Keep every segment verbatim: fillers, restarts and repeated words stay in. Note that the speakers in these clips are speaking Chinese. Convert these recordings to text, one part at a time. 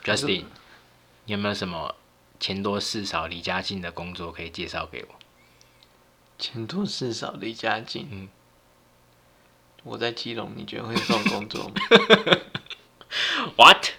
Justin，你有没有什么钱多事少离家近的工作可以介绍给我？ 钱多事少离家近，嗯，我在基隆，你觉得会有这种工作吗 ？What？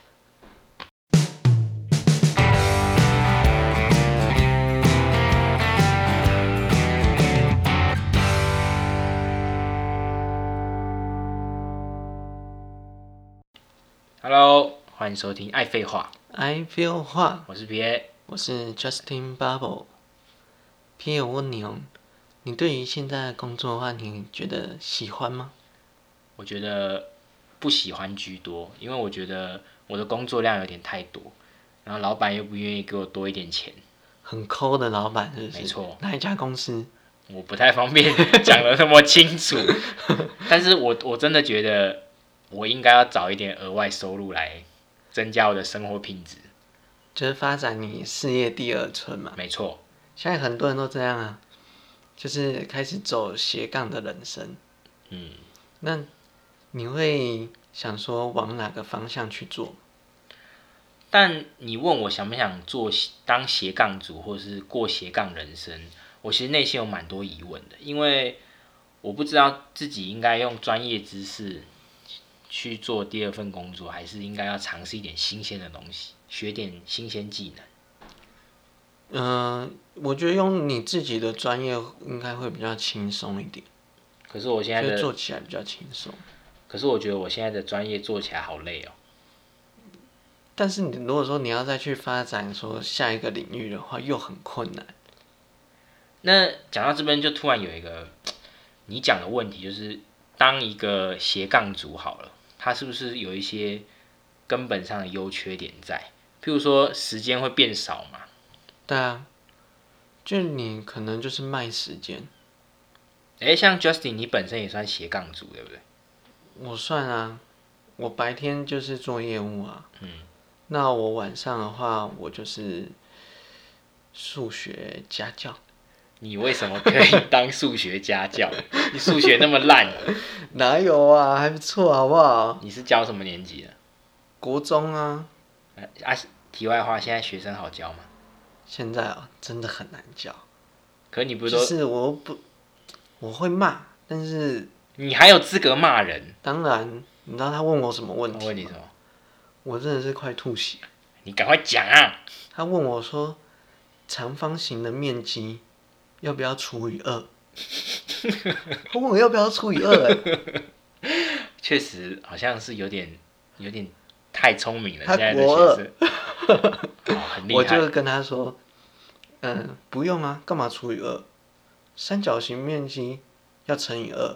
Hello， 欢迎收听《爱废话》。 I feel 话， 我是 Pierre， 我是 Justin Bubble。Pierre， 我问你哦，你对于现在的工作的话，你觉得喜欢吗？ 我觉得不喜欢居多，因为我觉得我的工作量有点太多，然后老板又不愿意给我多一点钱。 很抠的老板是不是？ 没错。 哪一家公司？ 我不太方便讲得那么清楚，但是我我真的觉得我应该要找一点额外收入来增加我的生活品质， 就是发展你事业第二春嘛。 没错， 现在很多人都这样啊，就是开始走斜杠的人生。 嗯， 那你会想说往哪个方向去做？ 但你问我想不想做当斜杠族，或是过斜杠人生，我其实内心有蛮多疑问的，因为我不知道自己应该用专业知识去做第二份工作，还是应该要尝试一点新鲜的东西，学点新鲜技能。 嗯、呃，我觉得用你自己的专业应该会比较轻松一点。 可是我现在的做起来比较轻松。 可是我觉得我现在的专业做起来好累哦。 但是你如果说你要再去发展说下一个领域的话，又很困难。 那讲到这边，就突然有一个你讲的问题，就是当一个斜杠族好了，它是不是有一些根本上的优缺点在？譬如说时间会变少嘛？ 对啊，就你可能就是卖时间。 哎，像 Justin， 你本身也算斜杠族，对不对？ 我算啊，我白天就是做业务啊。 嗯。 那我晚上的话，我就是数学家教。 你为什么可以当数学家教？你数学那么烂？ 哪有啊，还不错，好不好？ 你是教什么年级的？ 国中啊。 啊，题外话，现在学生好教吗？ 现在啊，真的很难教。 可你不是都？ 就是我不，我会骂，但是你还有资格骂人？ 当然，你知道他问我什么问题吗？ 他问你什么？ 我真的是快吐血。 你赶快讲啊！ 他问我说，长方形的面积要不要除以二？他问我要不要除以二、欸？ 确实好像是有点有点太聪明了。 他现在的学生，哦，很厉害。 我就跟他说，嗯，不用啊，干嘛除以二？三角形面积要乘以二。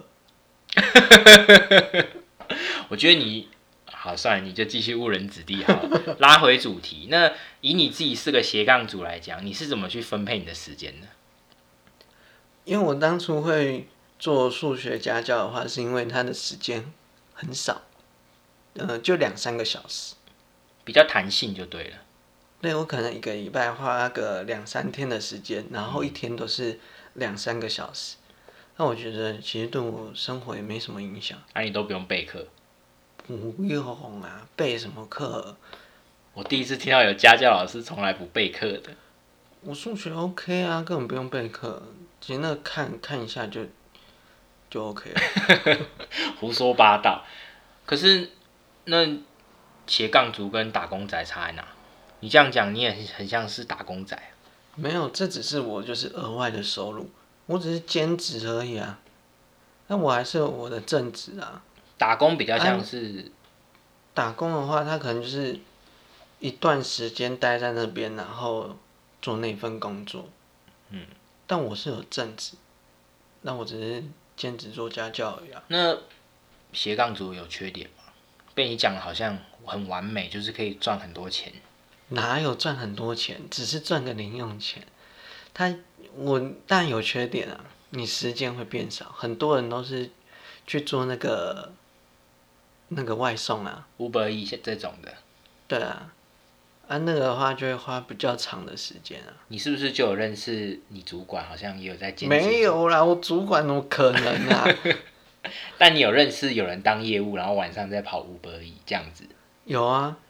我觉得你好，算了，你就继续误人子弟好了。拉回主题，那以你自己是个斜杠族来讲，你是怎么去分配你的时间呢？ 因为我当初会做数学家教的话，是因为他的时间很少，呃，就两三个小时， 比较弹性就对了。 对，我可能一个礼拜花个两三天的时间，然后一天都是两三个小时。那我觉得其实对我生活也没什么影响。 那、啊、你都不用备课？ 不用啊，备什么课？ 我第一次听到有家教老师从来不备课的。 我数学 OK 啊，根本不用备课，其实那看看一下就就 OK 了。 胡说八道。可是那斜杠族跟打工仔差在哪？你这样讲，你也很像是打工仔。 没有，这只是我就是额外的收入，我只是兼职而已啊。那我还是有我的正职啊。 打工比较像是、啊、 打工的话，他可能就是一段时间待在那边，然后做那份工作。嗯，但我是有正职，那我只是兼职做家教而已啊。 那斜杠族有缺点吗？被你讲好像很完美，就是可以赚很多钱。 哪有赚很多钱？只是赚个零用钱。他我当然有缺点啊，你时间会变少，很多人都是去做那个那个外送啊 ，Uber Eats 这种的。 对啊，啊那个的话就会花比较长的时间啊。 你是不是就有认识你主管？好像也有在兼职。 没有啦，我主管怎么可能啊？ 但你有认识有人当业务，然后晚上在跑 Uber Eats 这样子？ 有啊。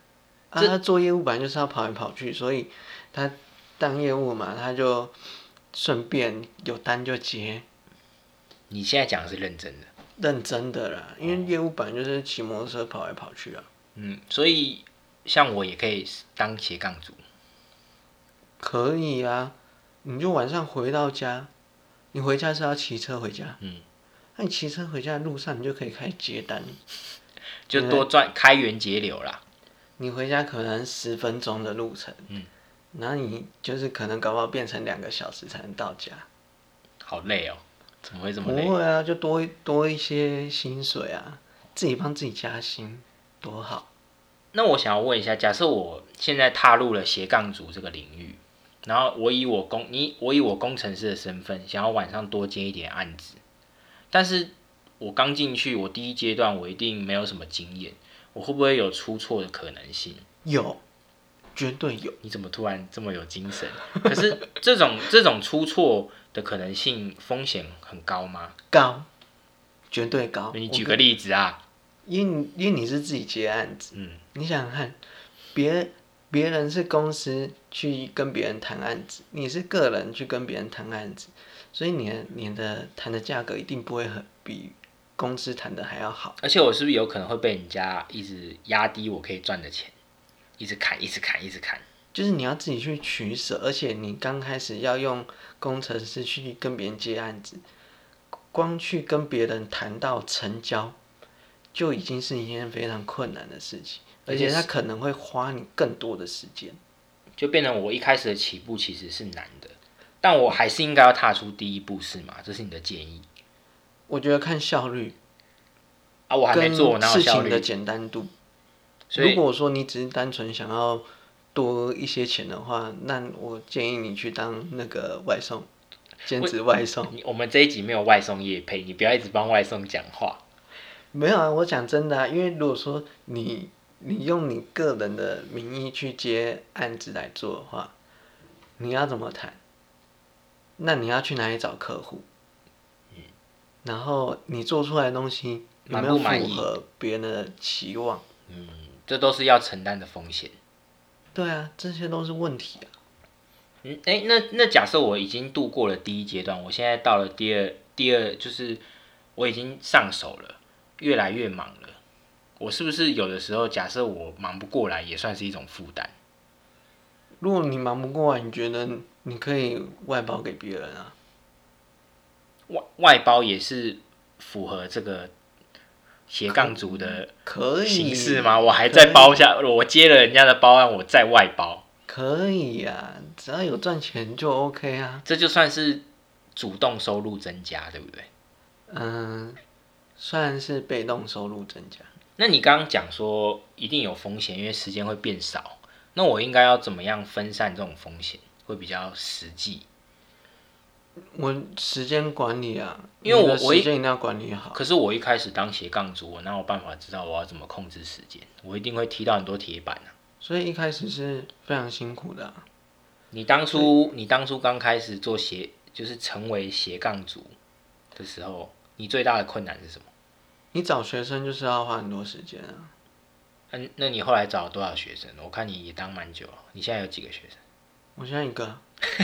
啊，他做业务本来就是要跑来跑去，所以他当业务嘛，他就顺便有单就接。 你现在讲的是认真的？ 认真的啦，因为业务本来就是骑摩托车跑来跑去啊。 嗯，所以像我也可以当斜杠族。 可以啊，你就晚上回到家，你回家是要骑车回家， 嗯， 那你骑车回家的路上，你就可以开始接单， 就多赚开源节流啦。 你回家可能十分钟的路程， 嗯， 然后你就是可能搞不好变成两个小时才能到家。 好累哦，怎么会这么累？ 不会啊，就多多一些薪水啊，自己帮自己加薪，多好。 那我想要问一下，假设我现在踏入了斜杠族这个领域，然后我以我工你我以我工程师的身份，想要晚上多接一点案子，但是我刚进去，我第一阶段我一定没有什么经验，我会不会有出错的可能性？ 有，绝对有。 你怎么突然这么有精神？可是这种这种出错的可能性风险很高吗？ 高，绝对高。 你举个例子啊。 因为你因为你是自己接案子， 嗯， 你想想看，别别人是公司去跟别人谈案子，你是个人去跟别人谈案子，所以你的你的谈的价格一定不会很比公司谈的还要好。 而且我是不是有可能会被人家一直压低我可以赚的钱，一直砍，一直砍，一直砍？ 就是你要自己去取舍，而且你刚开始要用工程师去跟别人接案子，光去跟别人谈到成交，就已经是一件非常困难的事情，而且它可能会花你更多的时间， 就变成我一开始的起步其实是难的，但我还是应该要踏出第一步，是吗？这是你的建议？ 我觉得看效率啊，我还没做，我哪有事效率？ 情的简单度。如果说你只是单纯想要多一些钱的话，那我建议你去当那个外送，兼职外送。 我们这一集没有外送业配，你不要一直帮外送讲话。 没有啊，我讲真的啊，因为如果说你你用你个人的名义去接案子来做的话，你要怎么谈？那你要去哪里找客户？嗯，然后你做出来的东西有没有符合别人的期望？ 嗯，这都是要承担的风险。 对啊，这些都是问题啊。 嗯，哎、欸，那那假设我已经度过了第一阶段，我现在到了第二，第二就是我已经上手了。越来越忙了，我是不是有的时候假设我忙不过来，也算是一种负担？ 如果你忙不过来，你觉得你可以外包给别人啊？ 外外包也是符合这个斜杠族的形式吗？我还在包下，我接了人家的包案，我再外包。 可以啊，只要有赚钱就 OK 啊。 这就算是主动收入增加，对不对？ 嗯。算是被动收入增加。 那你刚刚讲说一定有风险，因为时间会变少。那我应该要怎么样分散这种风险，会比较实际？ 我时间管理啊， 因为我我时间一定要管理好。 可是我一开始当斜杠族，我哪有办法知道我要怎么控制时间？我一定会踢到很多铁板啊。 所以一开始是非常辛苦的啊。 你当初你当初刚开始做斜，就是成为斜杠族的时候，你最大的困难是什么？ 你找学生就是要花很多时间啊。 嗯，那你后来找了多少学生？我看你也当蛮久了，你现在有几个学生？ 我现在一个。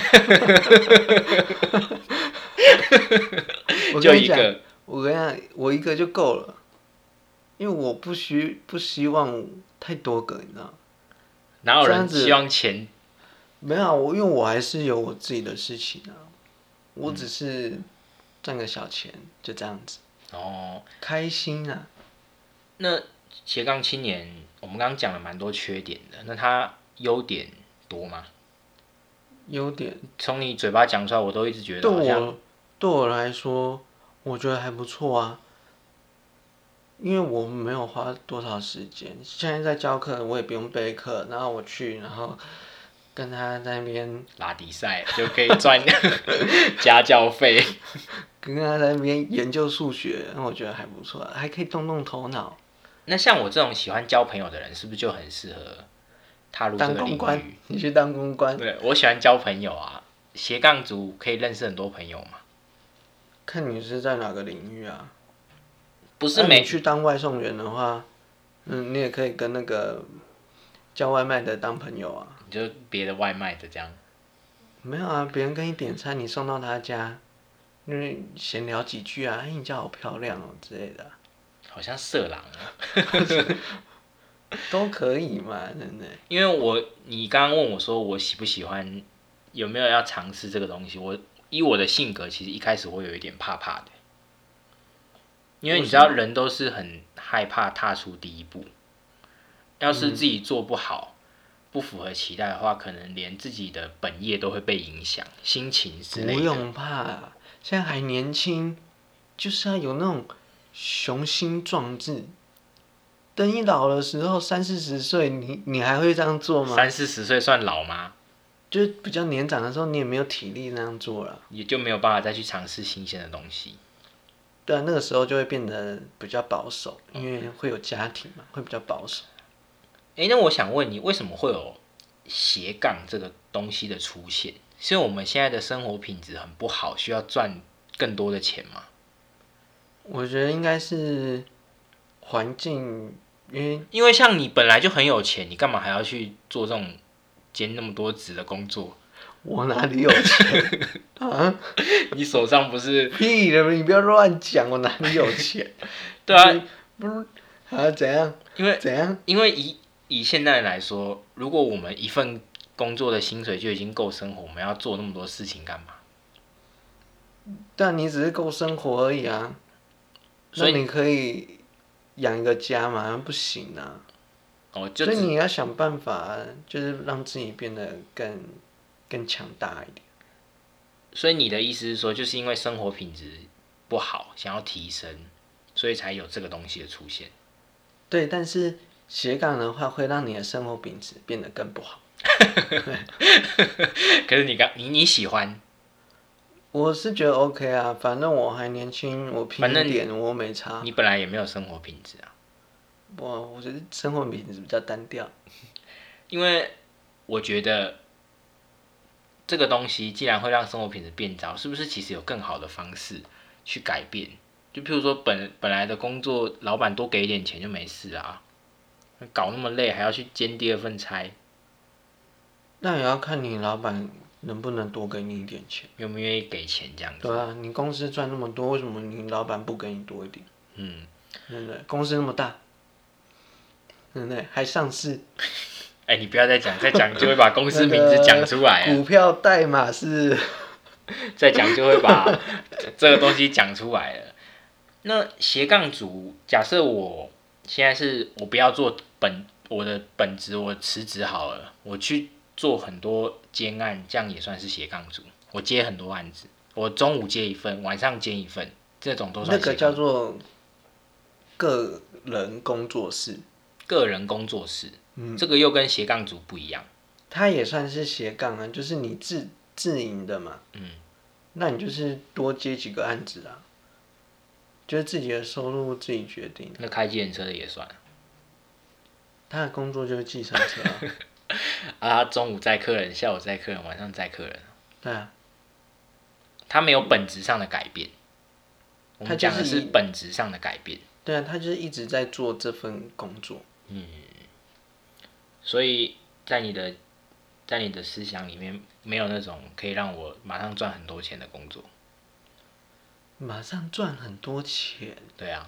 我就一个。 我跟你讲，我一个就够了，因为我不需不希望太多个，你知道吗？ 哪有人希望钱？ 没有，我因为我还是有我自己的事情啊，我只是赚个小钱，就这样子。 哦， 开心啊！ 那斜杠青年，我们刚刚讲了蛮多缺点的，那他优点多吗？ 优点从你嘴巴讲出来，我都一直觉得好像对我对我来说，我觉得还不错啊。因为我没有花多少时间，现在在教课，我也不用备课，然后我去，然后跟他在那边拉比赛就可以赚家教费。 跟他在那边研究数学，那我觉得还不错，还可以动动头脑。 那像我这种喜欢交朋友的人，是不是就很适合踏入这个领域？ 当公关，你去当公关。 对，我喜欢交朋友啊，斜杠族可以认识很多朋友嘛。 看你是在哪个领域啊？ 不是每你去当外送员的话，嗯，你也可以跟那个叫外卖的当朋友啊。 你就别的外卖的这样。 没有啊，别人跟你点餐，你送到他家，因为闲聊几句啊，哎，你家好漂亮哦之类的啊。 好像色狼啊。 都可以嘛，对不对？ 因为我你刚刚问我说我喜不喜欢，有没有要尝试这个东西？我以我的性格，其实一开始会有一点怕怕的，因为你知道人都是很害怕踏出第一步，要是自己做不好，不符合期待的话，可能连自己的本业都会被影响，心情之类的。 不用怕，现在还年轻，就是要有那种雄心壮志。等你老的时候，三四十岁，你你还会这样做吗？ 三四十岁算老吗？ 就是比较年长的时候，你也没有体力那样做了， 也就没有办法再去尝试新鲜的东西。 对啊，那个时候就会变得比较保守，因为会有家庭嘛，会比较保守。 哎、欸，那我想问你，为什么会有斜杠这个东西的出现？是因为我们现在的生活品质很不好，需要赚更多的钱吗？ 我觉得应该是环境，因为因为像你本来就很有钱，你干嘛还要去做这种兼那么多职的工作？ 我哪里有钱啊？ 你手上不是屁的，你不要乱讲，我哪里有钱？ 对啊， 不是啊？怎样？ 因为怎样？ 因为以以现在来说，如果我们一份工作的薪水就已经够生活，我们要做那么多事情干嘛？ 但你只是够生活而已啊。所以你可以养一个家嘛？不行啊。 哦，就所以你要想办法，就是让自己变得更更强大一点。 所以你的意思是说，就是因为生活品质不好，想要提升，所以才有这个东西的出现。 对，但是斜杠的话，会让你的生活品质变得更不好。 可是你刚你你喜欢？ 我是觉得 OK 啊，反正我还年轻，我拼一点，我没差。 你本来也没有生活品质啊。 我我觉得生活品质比较单调。 因为我觉得这个东西既然会让生活品质变糟，是不是其实有更好的方式去改变？就譬如说本本来的工作，老板多给一点钱就没事啊，搞那么累还要去兼第二份差。 那也要看你老板能不能多给你一点钱， 愿不愿意给钱这样子。 对啊，你公司赚那么多，为什么你老板不给你多一点？ 嗯， 对不对？公司那么大，对不对？还上市。 哎、欸，你不要再讲，再讲就会把公司名字讲出来、 那個。股票代码是， 再讲就会把这个东西讲出来了。那斜杠族，假设我现在是我不要做本我的本职，我辞职好了，我去做很多兼案，这样也算是斜杠族。我接很多案子，我中午接一份，晚上接一份，这种都算斜杠。 那个叫做个人工作室。 个人工作室。嗯，这个又跟斜杠族不一样。 它也算是斜杠啊，就是你自自营的嘛。嗯，那你就是多接几个案子啊，就是自己的收入自己决定。 那开计程车的也算。 他的工作就是计程车啊。 啊，他中午载客人，下午载客人，晚上载客人。 对啊。 他没有本质上的改变。我们讲的是本质上的改变。 对啊，他就是一直在做这份工作。 嗯。所以在你的在你的思想里面，没有那种可以让我马上赚很多钱的工作。 马上赚很多钱？ 对啊。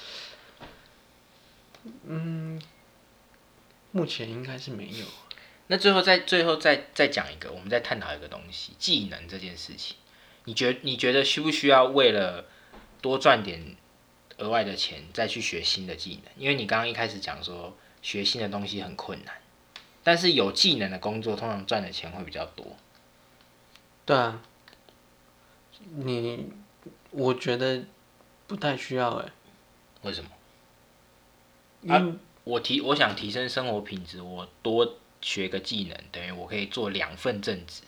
嗯，目前应该是没有。 那最后再最后再再讲一个，我们再探讨一个东西，技能这件事情。你觉你觉得需不需要为了多赚点额外的钱，再去学新的技能？因为你刚刚一开始讲说学新的东西很困难。但是有技能的工作通常赚的钱会比较多。 对啊，你我觉得不太需要哎。 为什么？啊，我提我想提升生活品质，我多学个技能，等于我可以做两份正职。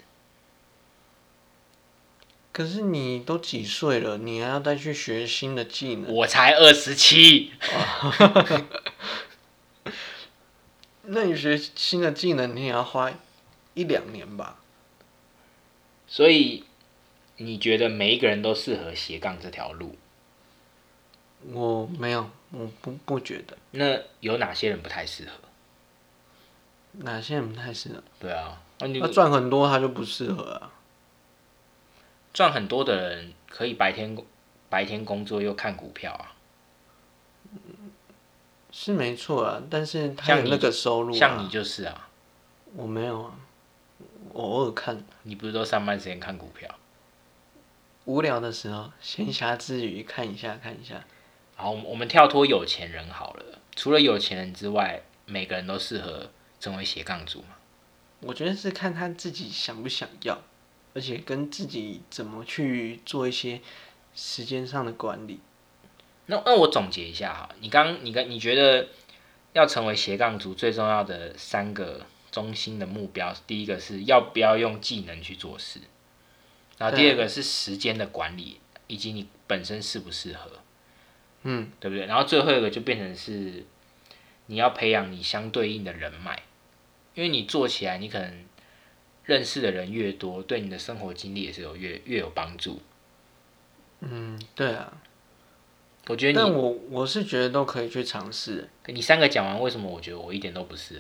可是你都几岁了，你还要再去学新的技能？ 我才二十七。 那你学新的技能，你也要花一两年吧？ 所以你觉得每一个人都适合斜杠这条路？ 我没有，我不不觉得。 那有哪些人不太适合？ 哪些人不太适合？ 对啊，那你他赚很多他就不适合啊。 赚很多的人可以白天白天工作又看股票啊， 是没错啊，但是他像你有那个收入啊。 像你就是啊， 我没有啊，我偶尔看， 你不是都上班时间看股票？ 无聊的时候，闲暇之余看一下看一下。 好，我们跳脱有钱人好了，除了有钱人之外，每个人都适合成为斜杠族嘛？ 我觉得是看他自己想不想要，而且跟自己怎么去做一些时间上的管理。 那那我总结一下哈，你刚你跟你觉得要成为斜杠族最重要的三个中心的目标，第一个是要不要用技能去做事，然后第二个是时间的管理，以及你本身适不适合， 嗯， 对不对？然后最后一个就变成是你要培养你相对应的人脉，因为你做起来，你可能认识的人越多，对你的生活经历也是有越越有帮助。 嗯，对啊。 我觉得你， 但我我是觉得都可以去尝试。 你三个讲完，为什么我觉得我一点都不适合？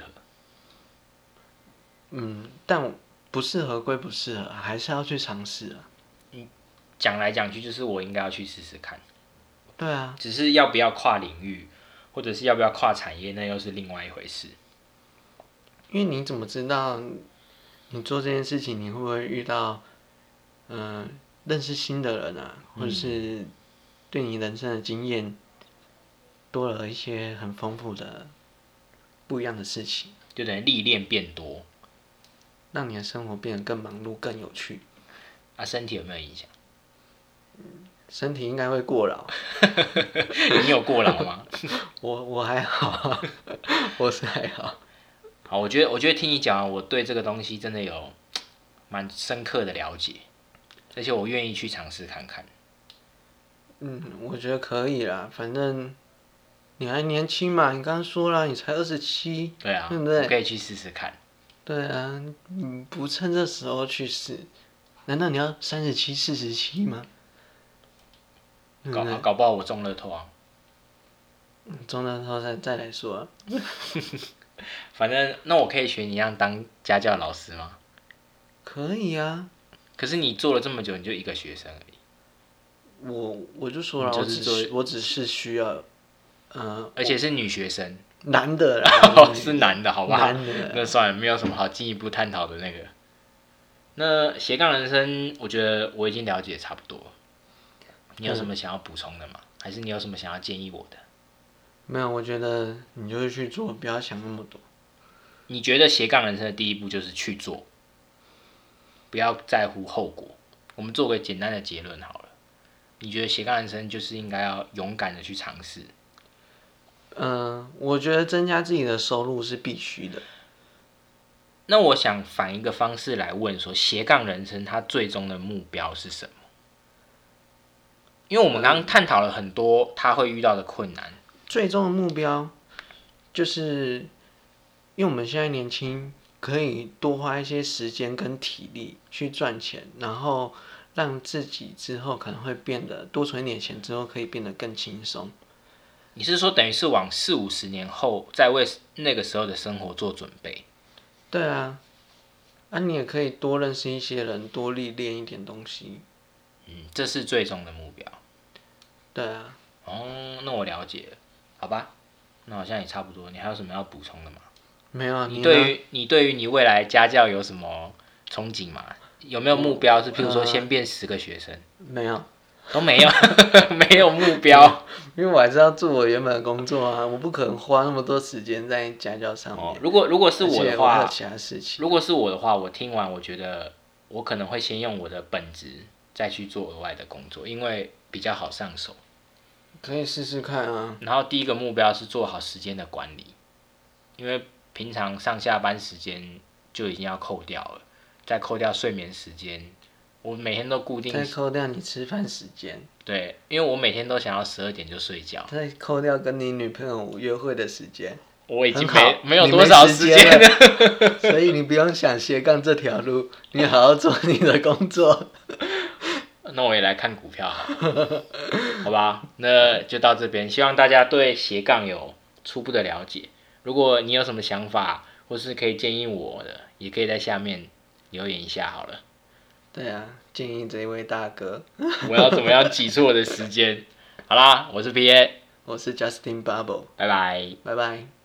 嗯，但不适合归不适合，还是要去尝试啊。 讲来讲去就是我应该要去试试看， 对啊， 只是要不要跨领域，或者是要不要跨产业，那又是另外一回事。 因为你怎么知道你做这件事情你会不会遇到，嗯、呃，认识新的人啊，或者是对你人生的经验多了一些很丰富的不一样的事情， 就等于历练变多， 让你的生活变得更忙碌、更有趣。 啊，身体有没有影响？ 身体应该会过劳。 你有过劳吗？ 我我还好，我是还好。 好，我觉得我觉得听你讲完，我对这个东西真的有蛮深刻的了解，而且我愿意去尝试看看。 嗯，我觉得可以啦，反正你还年轻嘛，你刚刚说了，你才二十七， 对啊， 对不对？ 我可以去试试看。 对啊，你不趁这时候去试，难道你要三十七、四十七吗？ 搞搞不好我中乐透啊！ 中了后再再来说、啊。 反正那我可以学你一样当家教老师吗？ 可以啊。 可是你做了这么久，你就一个学生而已。 我我就说了，我只是我只是需要，呃， 而且是女学生， 男的啦， 是男的，好吧？ 男的， 那算了，没有什么好进一步探讨的那个。那斜杠人生，我觉得我已经了解差不多了。你有什么想要补充的吗？还是你有什么想要建议我的？ 没有，我觉得你就是去做，不要想那么多。 你觉得斜杠人生的第一步就是去做，不要在乎后果。我们做个简单的结论好了。你觉得斜杠人生就是应该要勇敢的去尝试？ 嗯、呃，我觉得增加自己的收入是必须的。 那我想反一个方式来问说，斜杠人生它最终的目标是什么？因为我们刚刚探讨了很多他会遇到的困难。 最终的目标就是，因为我们现在年轻，可以多花一些时间跟体力去赚钱，然后让自己之后可能会变得多存一点钱之后可以变得更轻松。 你是说等于是往四五十年后再为那个时候的生活做准备？ 对啊，啊，你也可以多认识一些人，多历练一点东西。 嗯，这是最终的目标。 对啊。 哦，那我了解了，好吧，那好像也差不多。你还有什么要补充的吗？ 没有啊。 你对于你对于你未来家教有什么憧憬吗？有没有目标？是譬如说先变十个学生？ 呃、没有， 都没有，没有目标。 因为我还是要做我原本的工作啊，我不可能花那么多时间在家教上面。 哦，如果如果是我的话， 我有其他事情。 如果是我的话，我听完我觉得我可能会先用我的本职再去做额外的工作，因为比较好上手。 可以试试看啊。 然后第一个目标是做好时间的管理，因为平常上下班时间就已经要扣掉了，再扣掉睡眠时间，我每天都固定。 再扣掉你吃饭时间。 对，因为我每天都想要十二点就睡觉。 再扣掉跟你女朋友约会的时间。 我已经没没有多少时间了，所以你不用想斜杠这条路，你好好做你的工作。 那我也来看股票好了，好吧？那就到这边，希望大家对斜杠有初步的了解。如果你有什么想法， 或是可以建议我的，也可以在下面留言一下好了。 对啊，建议这一位大哥。 我要怎么样挤出我的时间？好啦，我是 P A， 我是 Justin Bubble， 拜拜。 拜拜。